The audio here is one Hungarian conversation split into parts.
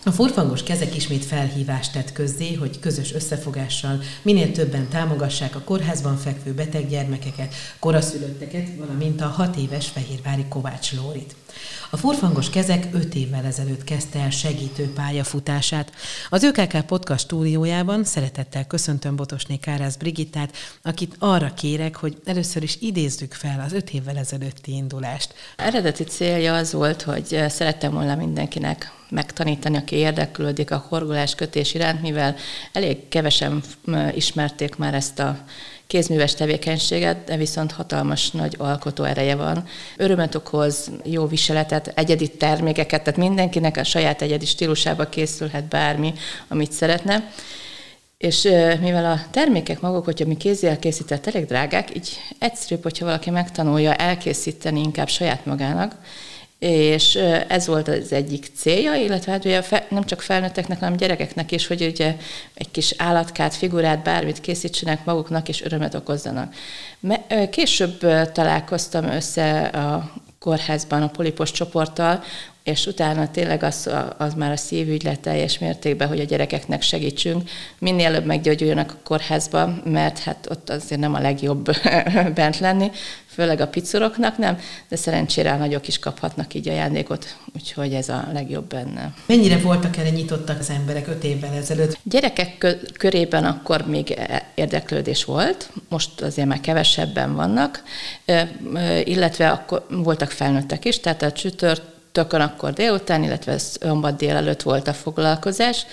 A Furfangos Kezek ismét felhívást tett közzé, hogy közös összefogással minél többen támogassák a kórházban fekvő beteg gyermekeket, koraszülötteket, valamint a 6 éves fehérvári Kovács Lórit. A Furfangos Kezek 5 évvel ezelőtt kezdte el segítő pályafutását. Az ÖKK Podcast stúdiójában szeretettel köszöntöm Botosné Kárász Brigittát, akit arra kérek, hogy először is idézzük fel az 5 évvel ezelőtti indulást. Eredeti célja az volt, hogy szerettem volna mindenkinek megtanítani, aki érdeklődik a horgolás kötés iránt, mivel elég kevesen ismerték már ezt a kézműves tevékenységet, de viszont hatalmas nagy alkotó ereje van. Örömet okoz, jó viseletet, egyedi termékeket, tehát mindenkinek a saját egyedi stílusába készülhet bármi, amit szeretne. És mivel a termékek maguk, hogyha mi kézzel készített, elég drágák, így egyszerűbb, hogyha valaki megtanulja elkészíteni inkább saját magának, és ez volt az egyik célja, illetve hát ugye nem csak felnőtteknek, hanem gyerekeknek is, hogy ugye egy kis állatkát, figurát, bármit készítsenek maguknak, és örömet okozzanak. Később találkoztam össze a kórházban a Polipos csoporttal, és utána tényleg az már a szívügy lett teljes mértékben, hogy a gyerekeknek segítsünk, minél előbb meggyógyuljanak a kórházba, mert hát ott azért nem a legjobb bent lenni, főleg a picuroknak nem, de szerencsére a nagyok is kaphatnak így ajándékot, úgyhogy ez a legjobb benne. Mennyire voltak erre nyitottak az emberek 5 évvel ezelőtt? Gyerekek körében akkor még érdeklődés volt, most azért már kevesebben vannak, illetve akkor voltak felnőttek is, tehát a csütörtökön akkor délután, illetve szombat délelőtt volt a foglalkozás.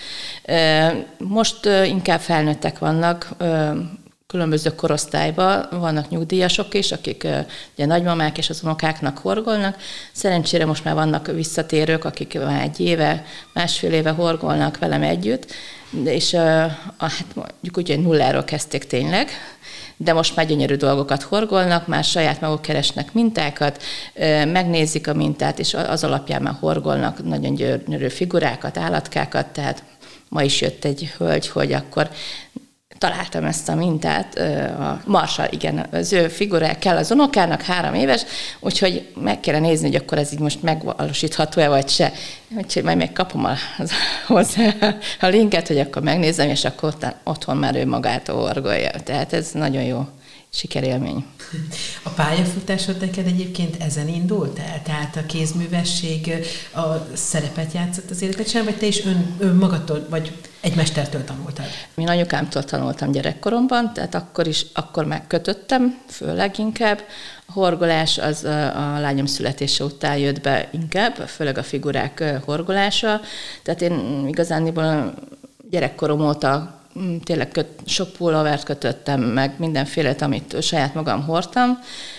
Most inkább felnőttek vannak, különböző korosztályban vannak nyugdíjasok is, akik ugye nagymamák és az unokáknak horgolnak. Szerencsére most már vannak visszatérők, akik már 1 éve, másfél éve horgolnak velem együtt, és hát mondjuk úgy, hogy nulláról kezdték tényleg, de most már gyönyörű dolgokat horgolnak, már saját maguk keresnek mintákat, megnézik a mintát, és az alapján már horgolnak nagyon gyönyörű figurákat, állatkákat, tehát ma is jött egy hölgy, hogy akkor találtam ezt a mintát, a Marshall, igen, az ő figurák kell az unokának, 3 éves, úgyhogy meg kell nézni, hogy akkor ez így most megvalósítható-e, vagy se. Úgyhogy majd még kapom hozzá a linket, hogy akkor megnézem, és akkor otthon már ő magától horgolja. Tehát ez nagyon jó sikerélmény. A pályafutásod neked egyébként ezen indult el? Tehát a kézművesség a szerepet játszott az életedben, vagy te is önmagadtól, vagy egy mestertől tanultad? Én anyukámtól tanultam gyerekkoromban, tehát akkor megkötöttem, főleg inkább. A horgolás az a lányom születése után jött be inkább, főleg a figurák horgolása. Tehát én igazándiból gyerekkorom óta tényleg sok pulóvert kötöttem, meg mindenfélét, amit saját magam hordtam.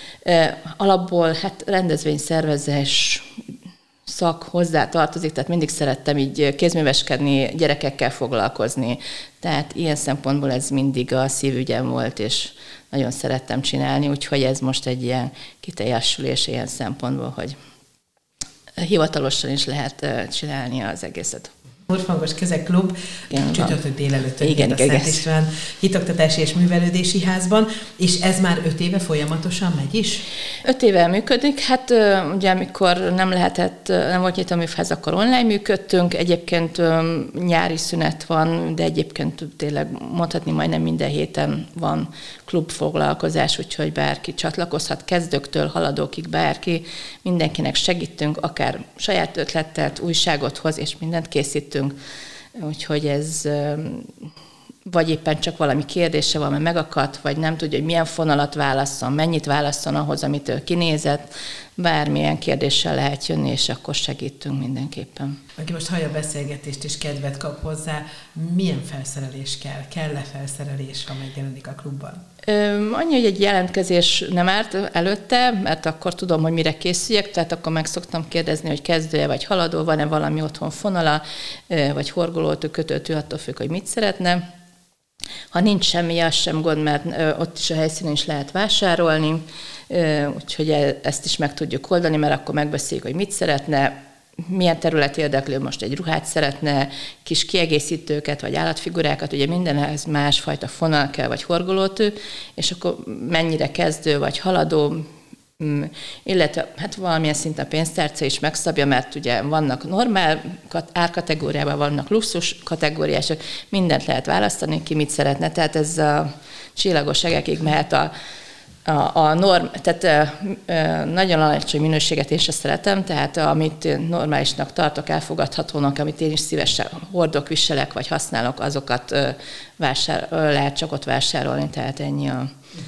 Alapból hát rendezvényszervezés szak hozzá tartozik, tehát mindig szerettem így kézműveskedni, gyerekekkel foglalkozni. Tehát ilyen szempontból ez mindig a szívügyem volt, és nagyon szerettem csinálni, úgyhogy ez most egy ilyen kiteljesülés ilyen szempontból, hogy hivatalosan is lehet csinálni az egészet. Furfangos Kezek Klub, csütörtök délelőtt a Szent István Hitoktatási és Művelődési Házban, és ez már 5 éve folyamatosan megy is? 5 éve működik, hát ugye amikor nem volt nyitva a műház, akkor online működtünk, egyébként nyári szünet van, de egyébként tényleg mondhatni majdnem minden héten van klubfoglalkozás, úgyhogy bárki csatlakozhat, kezdőktől haladókig bárki, mindenkinek segítünk, akár saját ötlettel, újságot hoz, és mindent készítünk. Úgyhogy ez vagy éppen csak valami kérdése van, mert megakadt, vagy nem tudja, hogy milyen fonalat válasszon, mennyit válasszon ahhoz, amit ő kinézett. Bármilyen kérdéssel lehet jönni, és akkor segítünk mindenképpen. Aki most hallja a beszélgetést és kedvet kap hozzá, milyen felszerelés kell? Kell-e felszerelés, ha megjelenik a klubban? Annyi, hogy egy jelentkezés nem árt előtte, mert akkor tudom, hogy mire készüljek, tehát akkor meg szoktam kérdezni, hogy kezdője vagy haladó, van-e valami otthon fonala, vagy horgolótű, kötőtű, attól függ, hogy mit szeretne. Ha nincs semmi, az sem gond, mert ott is a helyszínen is lehet vásárolni, úgyhogy ezt is meg tudjuk oldani, mert akkor megbeszéljük, hogy mit szeretne, milyen terület érdeklő, most egy ruhát szeretne, kis kiegészítőket, vagy állatfigurákat, ugye mindenhez másfajta fonal kell, vagy horgolótű, és akkor mennyire kezdő, vagy haladó, illetve hát valamilyen szinten pénztárca is megszabja, mert ugye vannak normál árkategóriában, vannak luxus kategóriások, mindent lehet választani, ki mit szeretne, tehát ez a csillagos egekig mehet a norm, tehát nagyon alacsony minőséget én sem szeretem, tehát amit normálisnak tartok, elfogadhatónak, amit én is szívesen hordok, viselek, vagy használok, azokat lehet csak ott vásárolni, tehát ennyi a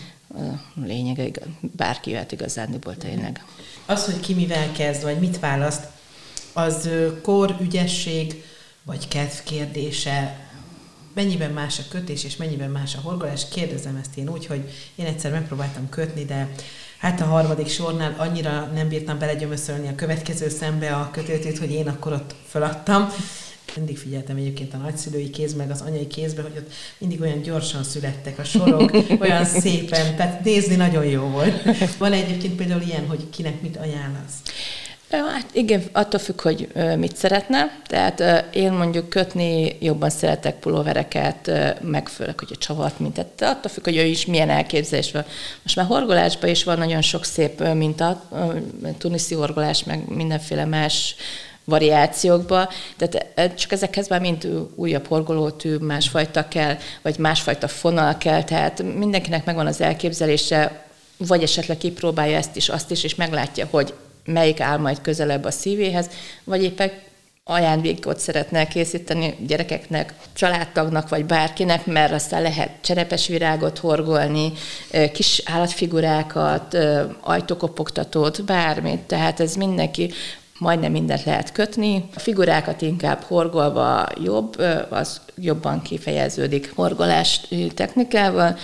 lényege, bárki jöhet igazándiból tényleg. Az, hogy ki mivel kezd, vagy mit választ, az kor, ügyesség, vagy kedv kérdése, mennyiben más a kötés, és mennyiben más a horgolás? Kérdezem ezt én úgy, hogy én egyszer megpróbáltam kötni, de hát a harmadik sornál annyira nem bírtam belegyömöszölni a következő szembe a kötőtét, hogy én akkor ott föladtam. Mindig figyeltem egyébként a nagyszülői kéz, meg az anyai kézbe, hogy ott mindig olyan gyorsan születtek a sorok, olyan szépen, tehát nézni nagyon jó volt. Van egyébként például ilyen, hogy kinek mit ajánlasz? Hát igen, attól függ, hogy mit szeretne. Tehát én mondjuk kötni jobban szeretek pulóvereket, meg főleg, hogy a csavart mintet. Attól függ, hogy ő is milyen elképzelés van. Most már horgolásban is van nagyon sok szép minta, tuniszi horgolás, meg mindenféle más variációkba, tehát csak ezekhez már mind újabb horgolótű, másfajta kell, vagy másfajta fonal kell, tehát mindenkinek megvan az elképzelése, vagy esetleg kipróbálja ezt is, azt is, és meglátja, hogy melyik áll majd közelebb a szívéhez, vagy éppen ajándékot szeretne készíteni gyerekeknek, családtagnak, vagy bárkinek, mert aztán lehet cserepes virágot horgolni, kis állatfigurákat, ajtókopogtatót, bármit, tehát ez mindenki, majdnem mindent lehet kötni. A figurákat inkább horgolva jobb, az jobban kifejeződik horgolás technikával,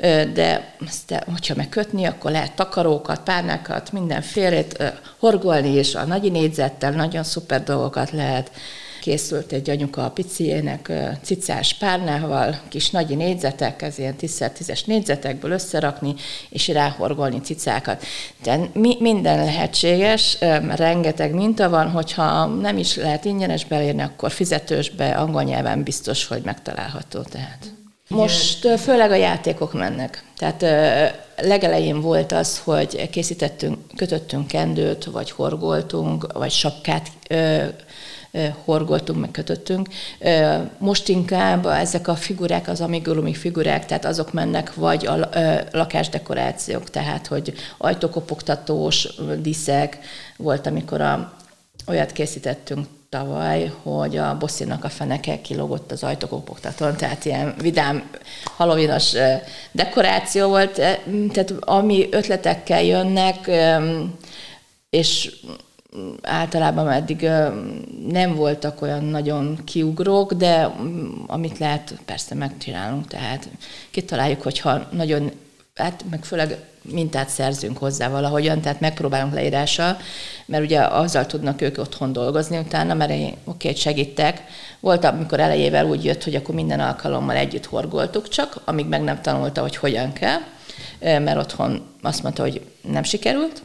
de hogyha meg kötni, akkor lehet takarókat, párnákat, mindenfélét horgolni, és a nagy négyzettel nagyon szuper dolgokat lehet. Készült egy anyuka a piciének cicás párnával, kis nagy négyzetek, ez ilyen 10x10-es négyzetekből összerakni, és ráhorgolni cicákat. De minden lehetséges, rengeteg minta van, hogyha nem is lehet ingyenes belérni, akkor fizetősbe, angol nyelven biztos, hogy megtalálható. Tehát. Most főleg a játékok mennek. Tehát legelején volt az, hogy kötöttünk kendőt, vagy horgoltunk, vagy sapkát horgoltunk, meg kötöttünk. Most inkább ezek a figurák, az amigurumi figurák, tehát azok mennek, vagy a lakásdekorációk, tehát hogy ajtókopogtatós díszek. Volt, amikor olyat készítettünk tavaly, hogy a bosszinak a feneke kilógott az ajtókopogtatón, tehát ilyen vidám, halloweenos dekoráció volt, tehát ami ötletekkel jönnek, és általában eddig nem voltak olyan nagyon kiugrók, de amit lehet, persze megcsinálunk, tehát kitaláljuk, hogyha nagyon, hát meg főleg mintát szerzünk hozzá valahogyan, tehát megpróbálunk leírással, mert ugye azzal tudnak ők otthon dolgozni utána, mert oké, segítek. Volt, amikor elejével úgy jött, hogy akkor minden alkalommal együtt horgoltuk csak, amíg meg nem tanulta, hogy hogyan kell, mert otthon azt mondta, hogy nem sikerült,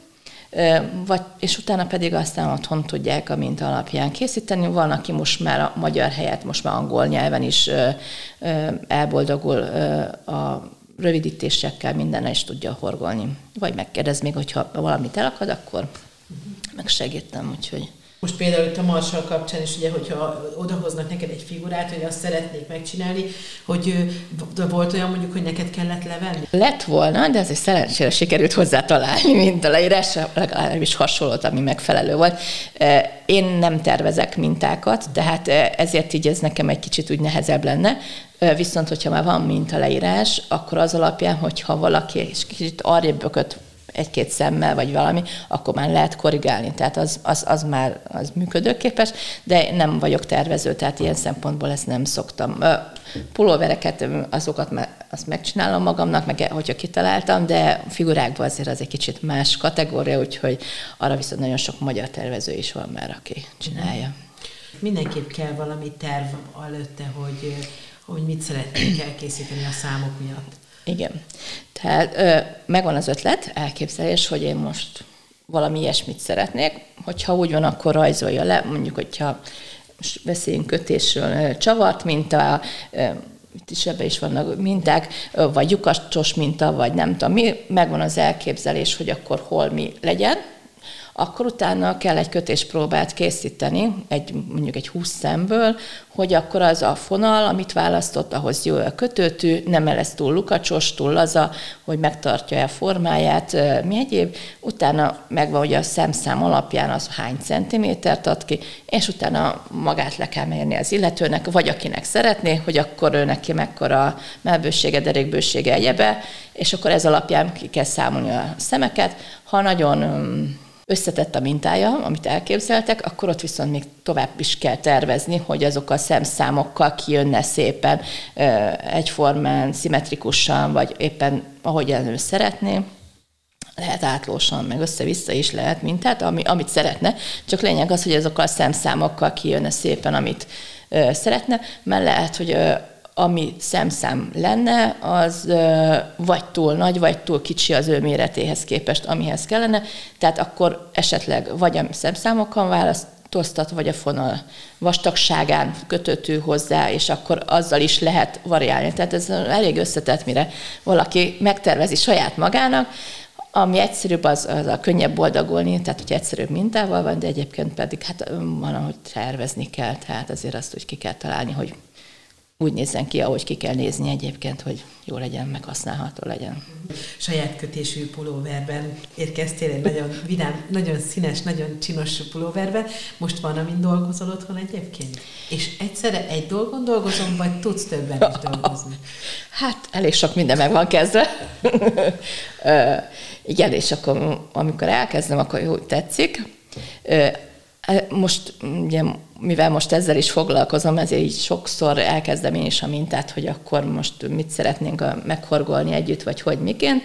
és utána pedig aztán otthon tudják a minta alapján készíteni. Van, aki most már a magyar helyett, most már angol nyelven is elboldogul a rövidítésekkel, mindennel is tudja horgolni. Vagy megkérdez még, hogyha valamit elakad, akkor megsegítem, úgyhogy... Most például itt a marsal kapcsán is, ugye, hogyha odahoznak neked egy figurát, hogy azt szeretnék megcsinálni, hogy volt olyan mondjuk, hogy neked kellett levenni? Lett volna, de azért szerencsére sikerült hozzá találni, mint a leírásra, legalábbis hasonlót, ami megfelelő volt. Én nem tervezek mintákat, tehát ezért így ez nekem egy kicsit úgy nehezebb lenne. Viszont, hogyha már van mintaleírás, akkor az alapján, hogyha valaki kicsit arrébb bökött egy-két szemmel, vagy valami, akkor már lehet korrigálni. Tehát az már működőképes, de nem vagyok tervező, tehát ilyen szempontból ezt nem szoktam. Pulóvereket, azt megcsinálom magamnak, meg hogyha kitaláltam, de figurákban azért az egy kicsit más kategória, úgyhogy arra viszont nagyon sok magyar tervező is van már, aki csinálja. Mindenképp kell valami terv előtte, hogy mit szeretnénk elkészíteni a számok miatt. Igen. Tehát megvan az ötlet, elképzelés, hogy én most valami ilyesmit szeretnék. Hogyha úgy van, akkor rajzolja le. Mondjuk, hogyha most beszéljünk kötésről, csavart minta, itt is ebben is vannak minták, vagy lyukacsos minta, vagy nem tudom mi, megvan az elképzelés, hogy akkor hol mi legyen, akkor utána kell egy kötéspróbát készíteni, mondjuk egy 20 szemből, hogy akkor az a fonal, amit választott, ahhoz jó a kötőtű, nem lesz túl lukacsos, túl laza, hogy megtartja a formáját, mi egyéb. Utána megvan, hogy a szemszám alapján az hány centimétert ad ki, és utána magát le kell mérni az illetőnek, vagy akinek szeretné, hogy akkor ő neki mekkora mellbősége, derékbősége, egyebe, és akkor ez alapján ki kell számolni a szemeket. Ha nagyon összetett a mintája, amit elképzeltek, akkor ott viszont még tovább is kell tervezni, hogy azok a szemszámokkal kijönne szépen, egyformán, szimmetrikusan, vagy éppen ahogy ő szeretné. Lehet átlósan, meg össze-vissza is lehet mintát, amit szeretne, csak lényeg az, hogy azokkal a szemszámokkal kijönne szépen, amit szeretne, mert lehet, hogy ami szemszám lenne, az vagy túl nagy, vagy túl kicsi az ő méretéhez képest, amihez kellene, tehát akkor esetleg vagy a szemszámokon változtat, vagy a fonal vastagságán kötöttű hozzá, és akkor azzal is lehet variálni. Tehát ez elég összetett, mire valaki megtervezi saját magának, ami egyszerűbb, az a könnyebb boldogulni, tehát hogy egyszerűbb mintával van, de egyébként pedig hát valahogy tervezni kell, tehát azért azt úgy ki kell találni, hogy úgy nézzen ki, ahogy ki kell nézni egyébként, hogy jó legyen, meg használható legyen. Saját kötésű pulóverben érkeztél, egy nagyon vidám, nagyon színes, nagyon csinos pulóverben. Most van, amin dolgozol otthon egyébként? És egyszerre egy dolgon dolgozom, vagy tudsz többen is dolgozni? Hát elég sok minden meg van kezdve. Igen, és akkor amikor elkezdem, akkor jó, tetszik. Most, ugye, mivel most ezzel is foglalkozom, ezért így sokszor elkezdem én is a mintát, hogy akkor most mit szeretnénk meghorgolni együtt, vagy hogy miként.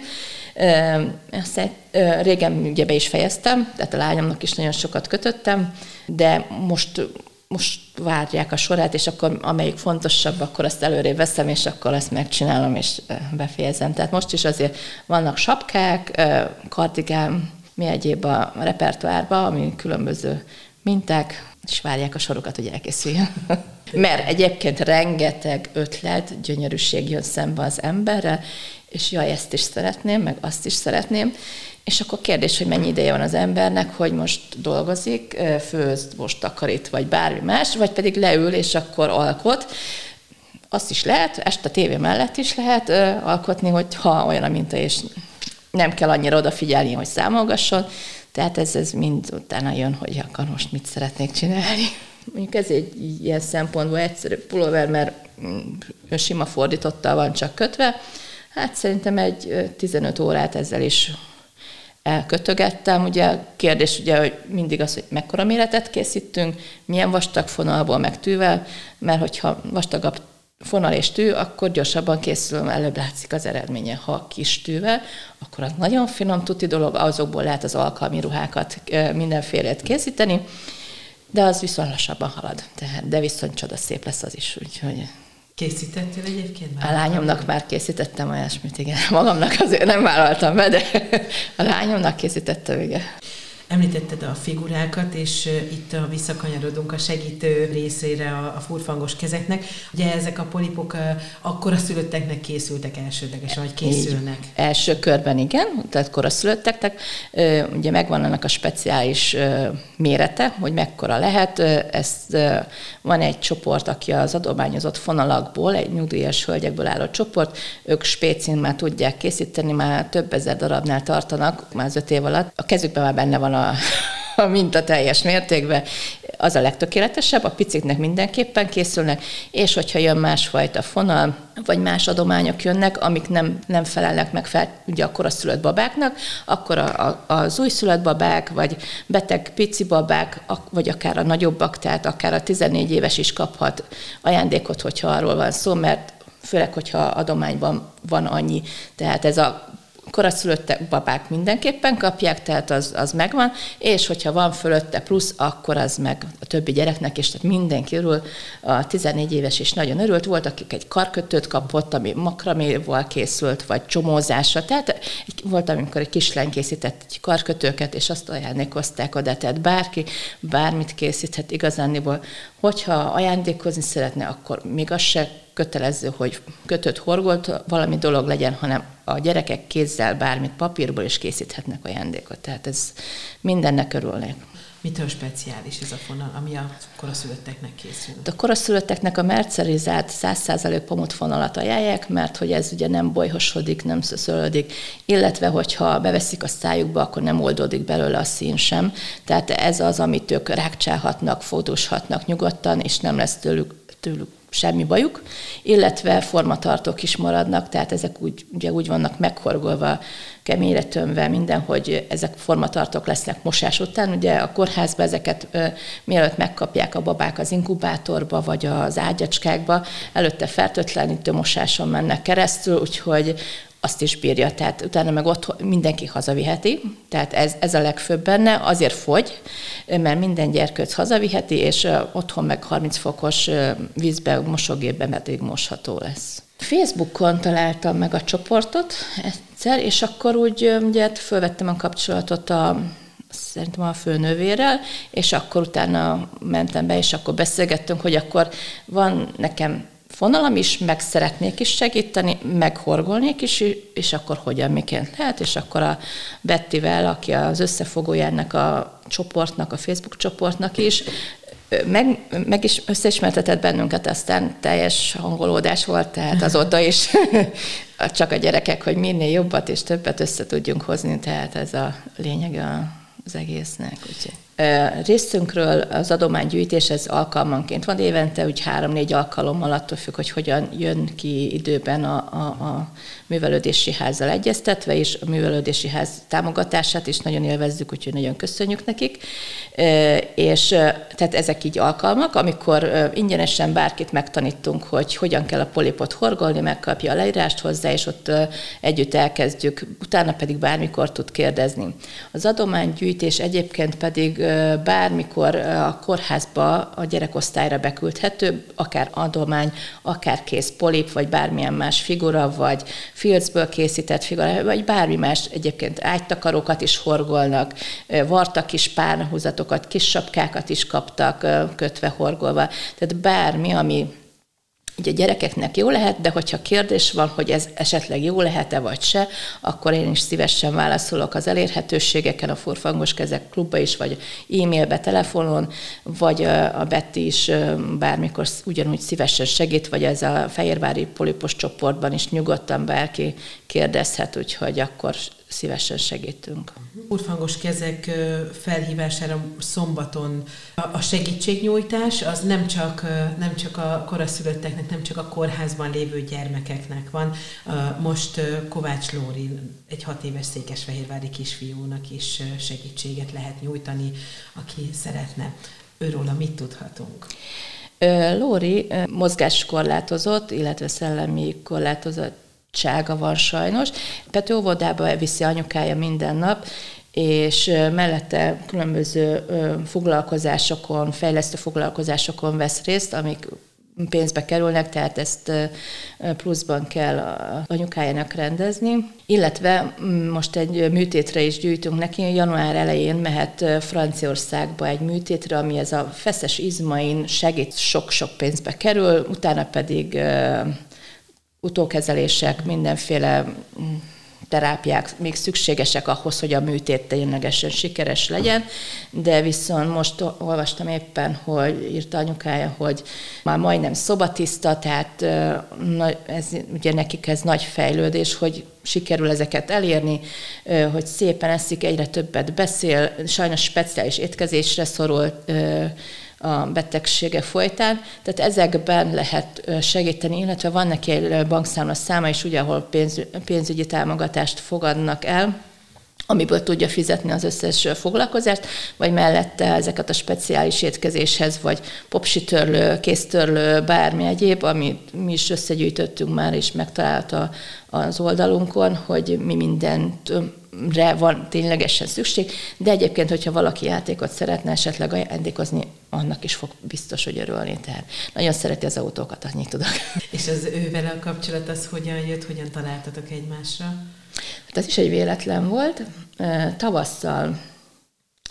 Aztán régen ugye be is fejeztem, tehát a lányomnak is nagyon sokat kötöttem, de most várják a sorát, és akkor amelyik fontosabb, akkor azt előrébb veszem, és akkor ezt megcsinálom, és befejezem. Tehát most is azért vannak sapkák, kardigán, mi egyéb a repertoárban, ami különböző minták, és várják a sorokat, hogy elkészüljön. Mert egyébként rengeteg ötlet, gyönyörűség jön szembe az emberrel, és jaj, ezt is szeretném, meg azt is szeretném, és akkor kérdés, hogy mennyi ideje van az embernek, hogy most dolgozik, főz, most takarít, vagy bármi más, vagy pedig leül, és akkor alkot. Azt is lehet, este a tévé mellett is lehet alkotni, hogyha olyan a minta, és nem kell annyira odafigyelni, hogy számolgasson, tehát ez mind utána jön, hogy akkor most mit szeretnék csinálni. Mondjuk ez egy ilyen szempontból egyszerű pulóver, mert sima fordítottal van csak kötve. Hát szerintem egy 15 órát ezzel is elkötögettem. Ugye a kérdés ugye, hogy mindig az, hogy mekkora méretet készítünk, milyen vastag fonalból, meg tűvel, mert hogyha vastagabb fonal és tű, akkor gyorsabban készül, előbb látszik az eredménye. Ha kis tűvel, akkor az nagyon finom tuti dolog, azokból lehet az alkalmi ruhákat mindenfélét készíteni, de az viszont lassabban halad. De viszont csodaszép lesz az is. Úgyhogy készítettél egyébként már? A lányomnak már készítettem olyasmit, igen. Magamnak azért nem vállaltam be, de a lányomnak készítettem, igen. Említetted a figurákat, és itt visszakanyarodunk a segítő részére a furfangos kezeknek. Ugye ezek a polipok koraszülötteknek készültek elsődlegesen, vagy készülnek? Így, első körben igen, tehát koraszülötteknek. Ugye megvan annak a speciális mérete, hogy mekkora lehet. Van egy csoport, aki az adományozott fonalakból, egy nyugdíjas hölgyekből álló csoport, ők spécin már tudják készíteni, már több ezer darabnál tartanak, már az 5 év alatt. A kezükben már benne van a minta teljes mértékben, az a legtökéletesebb, a piciknek mindenképpen készülnek, és hogyha jön másfajta fonal, vagy más adományok jönnek, amik nem felelnek meg ugye a koraszülött babáknak, akkor az újszülött babák, vagy beteg pici babák, vagy akár a nagyobbak, tehát akár a 14 éves is kaphat ajándékot, hogyha arról van szó, mert főleg, hogyha adományban van annyi, tehát ez a koraszülött babák mindenképpen kapják, tehát az megvan, és hogyha van fölötte plusz, akkor az meg a többi gyereknek, és tehát mindenki örül, a 14 éves is nagyon örült, volt, akik egy karkötőt kapott, ami makraméval készült, vagy csomózásra, tehát volt, amikor egy kislány készített egy karkötőket, és azt ajándékozták oda, tehát bárki bármit készíthet igazándiból, hogyha ajándékozni szeretne, akkor még az se kötelező, hogy kötött, horgolt valami dolog legyen, hanem a gyerekek kézzel bármit papírból is készíthetnek ajándékot. Tehát ez mindennek örülnék. Mitől speciális ez a fonal, ami a koraszülötteknek készül? A koraszülötteknek a mercerizált 100% pamutfonalat ajánlják, mert hogy ez ugye nem bolyhosodik, nem szöszölődik, illetve hogyha beveszik a szájukba, akkor nem oldódik belőle a szín sem. Tehát ez az, amit ők rákcsálhatnak, fotózhatnak nyugodtan, és nem lesz tőlük semmi bajuk, illetve formatartók is maradnak, tehát ezek úgy vannak meghorgolva, keményre tömve minden, hogy ezek formatartók lesznek mosás után. Ugye a kórházban ezeket mielőtt megkapják a babák az inkubátorba, vagy az ágyacskákba, előtte fertőtlenítő mosáson mennek keresztül, úgyhogy azt is bírja, tehát utána meg ott mindenki hazaviheti, tehát ez a legfőbb benne, azért fogy, mert minden gyerkőc hazaviheti, és otthon meg 30 fokos vízbe, mosógépben pedig mosható lesz. Facebookon találtam meg a csoportot egyszer, és akkor úgy ugye fölvettem a kapcsolatot szerintem a főnővérrel, és akkor utána mentem be, és akkor beszélgettünk, hogy akkor van nekem fonalam is, meg szeretnék is segíteni, meg horgolnék is, és akkor hogyan, miként lehet, és akkor a Bettivel, aki az összefogója ennek a csoportnak, a Facebook csoportnak is, meg is összeismertetett bennünket, aztán teljes hangolódás volt, tehát azóta is csak a gyerekek, hogy minél jobbat és többet össze tudjunk hozni, tehát ez a lényeg az egésznek. Úgyhogy. Részünkről az adománygyűjtés, ez alkalmanként van évente, úgy 3-4 alkalommal attól függ, hogy hogyan jön ki időben a művelődési házzal egyeztetve, és a művelődési ház támogatását is nagyon élvezzük, úgyhogy nagyon köszönjük nekik. És tehát ezek így alkalmak, amikor ingyenesen bárkit megtanítunk, hogy hogyan kell a polipot horgolni, megkapja a leírást hozzá, és ott együtt elkezdjük, utána pedig bármikor tud kérdezni. Az adománygyűjtés egyébként pedig bármikor a kórházba a gyerekosztályra beküldhető, akár adomány, akár kész polip, vagy bármilyen más figura, vagy filcből készített figura, vagy bármi más, egyébként ágytakarókat is horgolnak, vartak kis párnahúzatokat, kis sapkákat is kaptak kötve, horgolva. Tehát bármi, ami ugye a gyerekeknek jó lehet, de hogyha kérdés van, hogy ez esetleg jó lehet-e vagy se, akkor én is szívesen válaszolok az elérhetőségeken, a Furfangos Kezek klubba is, vagy e-mailbe, telefonon, vagy a Betty is bármikor ugyanúgy szívesen segít, vagy ez a fehérvári polipos csoportban is nyugodtan bárki kérdezhet, úgyhogy akkor szívesen segítünk. Furfangos Kezek felhívására szombaton a segítségnyújtás az nem csak a koraszülötteknek, nem csak a kórházban lévő gyermekeknek van. Most Kovács Lóri, egy 6 éves székesfehérvári kisfiúnak is segítséget lehet nyújtani, aki szeretne. Őróla mit tudhatunk? Lóri mozgáskorlátozott, illetve szellemi korlátozottsága van sajnos. Pető óvodába viszi anyukája minden nap, és mellette különböző foglalkozásokon, fejlesztő foglalkozásokon vesz részt, amik pénzbe kerülnek, tehát ezt pluszban kell anyukájának rendezni. Illetve most egy műtétre is gyűjtünk neki, január elején mehet Franciaországba egy műtétre, ami ez a feszes izmain segít, sok-sok pénzbe kerül, utána pedig utókezelések, mindenféle terápiák még szükségesek ahhoz, hogy a műtét ténylegesen sikeres legyen, de viszont most olvastam éppen, hogy írta anyukája, hogy már majdnem szobatiszta, tehát ez, ugye nekik ez nagy fejlődés, hogy sikerül ezeket elérni, hogy szépen eszik, egyre többet beszél, sajnos speciális étkezésre szorul a betegsége folytán, tehát ezekben lehet segíteni, illetve van neki egy bankszámla száma is, ugye, ahol pénzügyi támogatást fogadnak el, amiből tudja fizetni az összes foglalkozást, vagy mellette ezeket a speciális étkezéshez, vagy popsitörlő, kéztörlő, bármi egyéb, amit mi is összegyűjtöttünk már, és megtalálta az oldalunkon, hogy mi mindentre van ténylegesen szükség, de egyébként, hogyha valaki játékot szeretne esetleg ajándékozni, annak is fog biztos, hogy örülni. Tehát nagyon szereti az autókat, annyit tudok. És az ővel a kapcsolat az hogyan jött, hogyan találtatok egymásra? Hát ez is egy véletlen volt. Tavasszal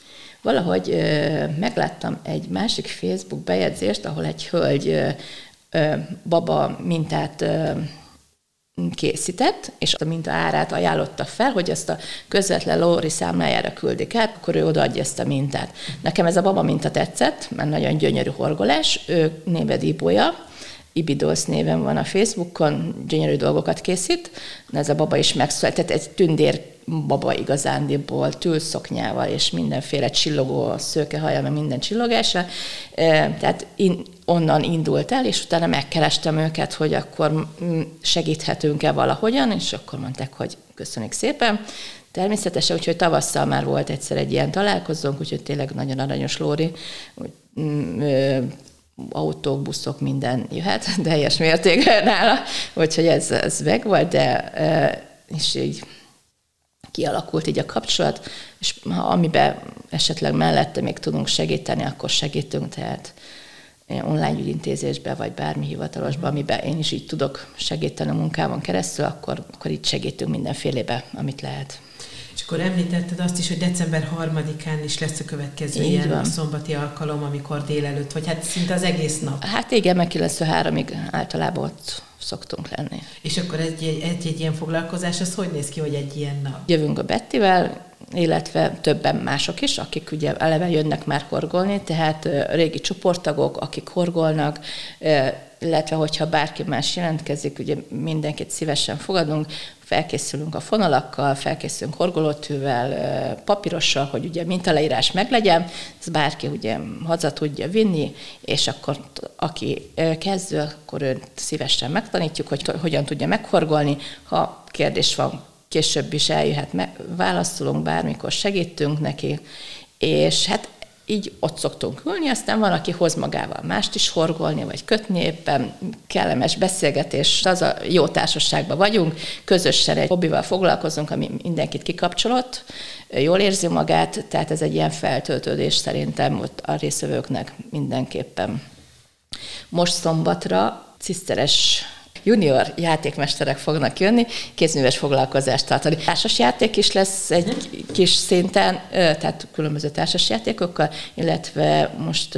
valahogy megláttam egy másik Facebook bejegyzést, ahol egy hölgy baba mintát készített, és a minta árát ajánlotta fel, hogy ezt a közvetlen Lóri számlájára küldik át, akkor ő odaadja ezt a mintát. Nekem ez a baba minta tetszett, mert nagyon gyönyörű horgolás, ő néved Ibója, Ibidolsz néven van a Facebookon, gyönyörű dolgokat készít, ez a baba is megszületett, egy tündér baba igazándiból, tülszoknyával és mindenféle csillogó szőkehaja, meg minden csillogása. Tehát onnan indult el, és utána megkerestem őket, hogy akkor segíthetünk-e valahogyan, és akkor mondták, hogy köszönjük szépen. Természetesen, úgyhogy tavasszal már volt egyszer egy ilyen találkozónk, úgyhogy tényleg nagyon aranyos Lóri, autók, buszok, minden jöhet, teljes mértékben nála, úgyhogy ez meg volt, de és így kialakult így a kapcsolat, és amiben esetleg mellette még tudunk segíteni, akkor segítünk, tehát online ügyintézésbe, vagy bármi hivatalosba, amiben én is így tudok segíteni a munkában keresztül, akkor így segítünk mindenfélébe, amit lehet. És akkor említetted azt is, hogy december 3-án is lesz a következő ilyen a szombati alkalom, amikor délelőtt, vagy hát szinte az egész nap. Hát igen, meg 9-3-ig általában ott szoktunk lenni. És akkor egy ilyen foglalkozás, az hogy néz ki, hogy egy ilyen nap? Jövünk a Bettivel, illetve többen mások is, akik ugye eleve jönnek már horgolni, tehát régi csoporttagok, akik horgolnak, illetve hogyha bárki más jelentkezik, ugye mindenkit szívesen fogadunk, felkészülünk a fonalakkal, felkészülünk horgolótűvel, papírossal, hogy ugye mintaleírás meglegyen, ez bárki ugye haza tudja vinni, és akkor aki kezdő, akkor őt szívesen megtanítjuk, hogy hogyan tudja meghorgolni. Ha kérdés van, később is eljöhet, válaszolunk bármikor, segítünk neki, és hát így ott szoktunk ülni, aztán van, aki hoz magával mást is horgolni, vagy kötni, éppen kellemes beszélgetés, az a jó társaságban vagyunk, közösen egy hobbival foglalkozunk, ami mindenkit kikapcsolott, jól érzi magát, tehát ez egy ilyen feltöltődés szerintem ott a részvevőknek mindenképpen. Most szombatra ciszteres junior játékmesterek fognak jönni, kézműves foglalkozást tartani. Társasjáték is lesz egy kis szinten, tehát különböző társasjátékokkal, illetve most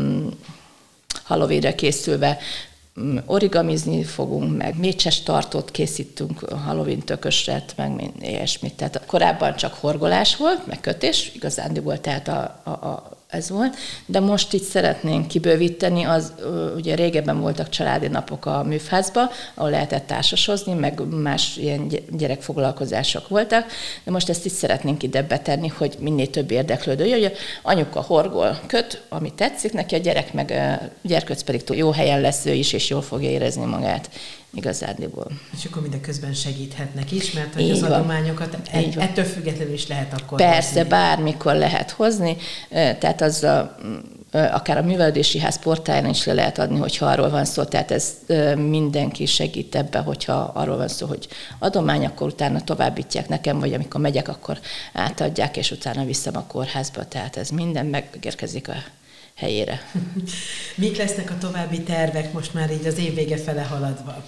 Halloweenre készülve origamizni fogunk, meg mécses tartót készítünk, Halloween tököset, meg ilyesmit. Tehát korábban csak horgolás volt, meg kötés, igazándiból tehát ez volt, de most így szeretnénk kibővíteni, ugye régebben voltak családi napok a műfázba, ahol lehetett társasozni, meg más ilyen gyerekfoglalkozások voltak, de most ezt így szeretnénk ide betenni, hogy minél több érdeklődő jöjjön. Anyuka horgol, köt, ami tetszik neki, a gyerek meg gyerkőc pedig jó helyen lesz ő is, és jól fogja érezni magát. Igazándiból. És akkor mindeközben segíthetnek is, mert hogy az adományokat ettől függetlenül is lehet akkor persze, hozni. Bármikor lehet hozni, tehát az akár a művelődési ház portáján is le lehet adni, hogyha arról van szó, tehát ez mindenki segít ebbe, hogyha arról van szó, hogy adomány, akkor utána továbbítják nekem, vagy amikor megyek, akkor átadják, és utána viszem a kórházba, tehát ez minden megérkezik a helyére. Mik lesznek a további tervek most már így az év vége fele haladva?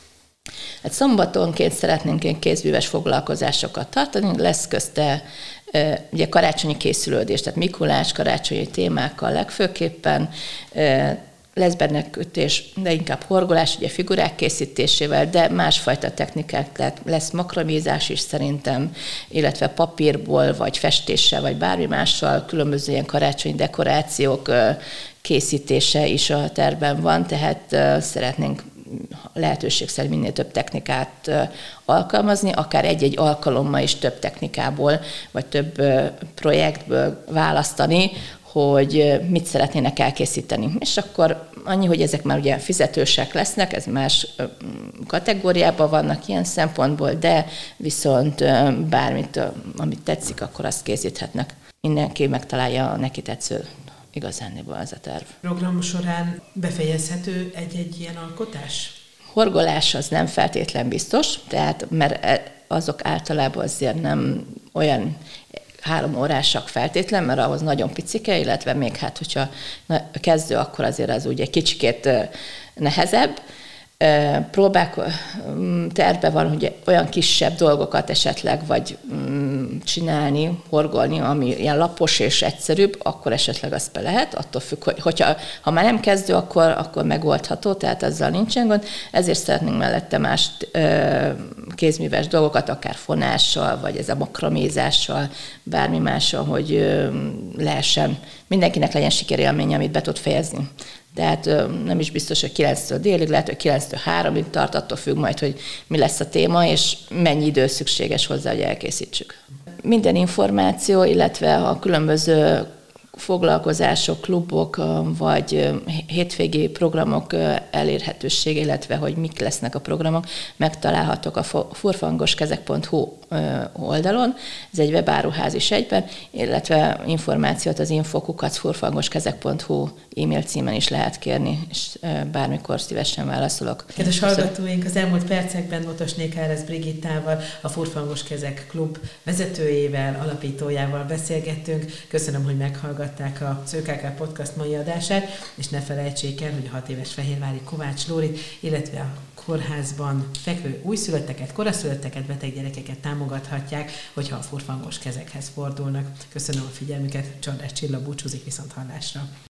Hát szombatonként szeretnénk kézműves foglalkozásokat tartani, lesz közte ugye karácsonyi készülődés, tehát Mikulás, karácsonyi témákkal legfőképpen, lesz benne kötés, de inkább horgolás, ugye figurák készítésével, de másfajta technikák, tehát lesz makramizás is szerintem, illetve papírból, vagy festéssel, vagy bármi mással, különböző ilyen karácsonyi dekorációk készítése is a tervben van, tehát szeretnénk lehetőség szerint minél több technikát alkalmazni, akár egy-egy alkalommal is több technikából, vagy több projektből választani, hogy mit szeretnének elkészíteni. És akkor annyi, hogy ezek már ugye fizetősek lesznek, ez más kategóriában vannak ilyen szempontból, de viszont bármit, amit tetszik, akkor azt készíthetnek. Mindenki megtalálja a neki tetsző. Igazándiból az a terv. Program során befejezhető egy ilyen alkotás? Horgolás az nem feltétlen biztos, tehát mert azok általában azért nem olyan 3 órásak feltétlen, mert ahhoz nagyon picike, illetve még hát, hogyha kezdő, akkor azért az úgy egy kicsikét nehezebb. Terve van, hogy olyan kisebb dolgokat esetleg, vagy csinálni, horgolni, ami ilyen lapos és egyszerűbb, akkor esetleg azt be lehet, attól függ, hogy ha már nem kezdő, akkor megoldható, tehát ezzel nincsen gond. Ezért szeretnénk mellette más kézműves dolgokat, akár fonással, vagy ez a makromézással, bármi mással, hogy lehessen, mindenkinek legyen sikerélménye, amit be tud fejezni. Tehát nem is biztos, hogy 9-től délig, lehet, hogy 9-től 3-ig tart, attól függ majd, hogy mi lesz a téma, és mennyi idő szükséges hozzá, hogy elkészítsük. Minden információ, illetve a különböző foglalkozások, klubok, vagy hétvégi programok elérhetősége, illetve hogy mik lesznek a programok, megtalálhatók a furfangoskezek.hu oldalon. Ez egy webáruház is egyben, illetve információt az info@furfangoskezek.hu e-mail címen is lehet kérni, és bármikor szívesen válaszolok. Kedves hallgatóink, az elmúlt percekben Motosné Kárez Brigittával, a Furfangos Kezek Klub vezetőjével, alapítójával beszélgettünk. Köszönöm, hogy meghallgatták az ÖKK Podcast mai adását, és ne felejtsék el, hogy a 6 éves fehérvári Kovács Lórit, illetve a kórházban fekvő újszülötteket, koraszülötteket, beteg gyerekeket támogathatják, hogyha a Furfangos Kezekhez fordulnak. Köszönöm a figyelmüket, Csordás Csilla búcsúzik, viszont hallásra.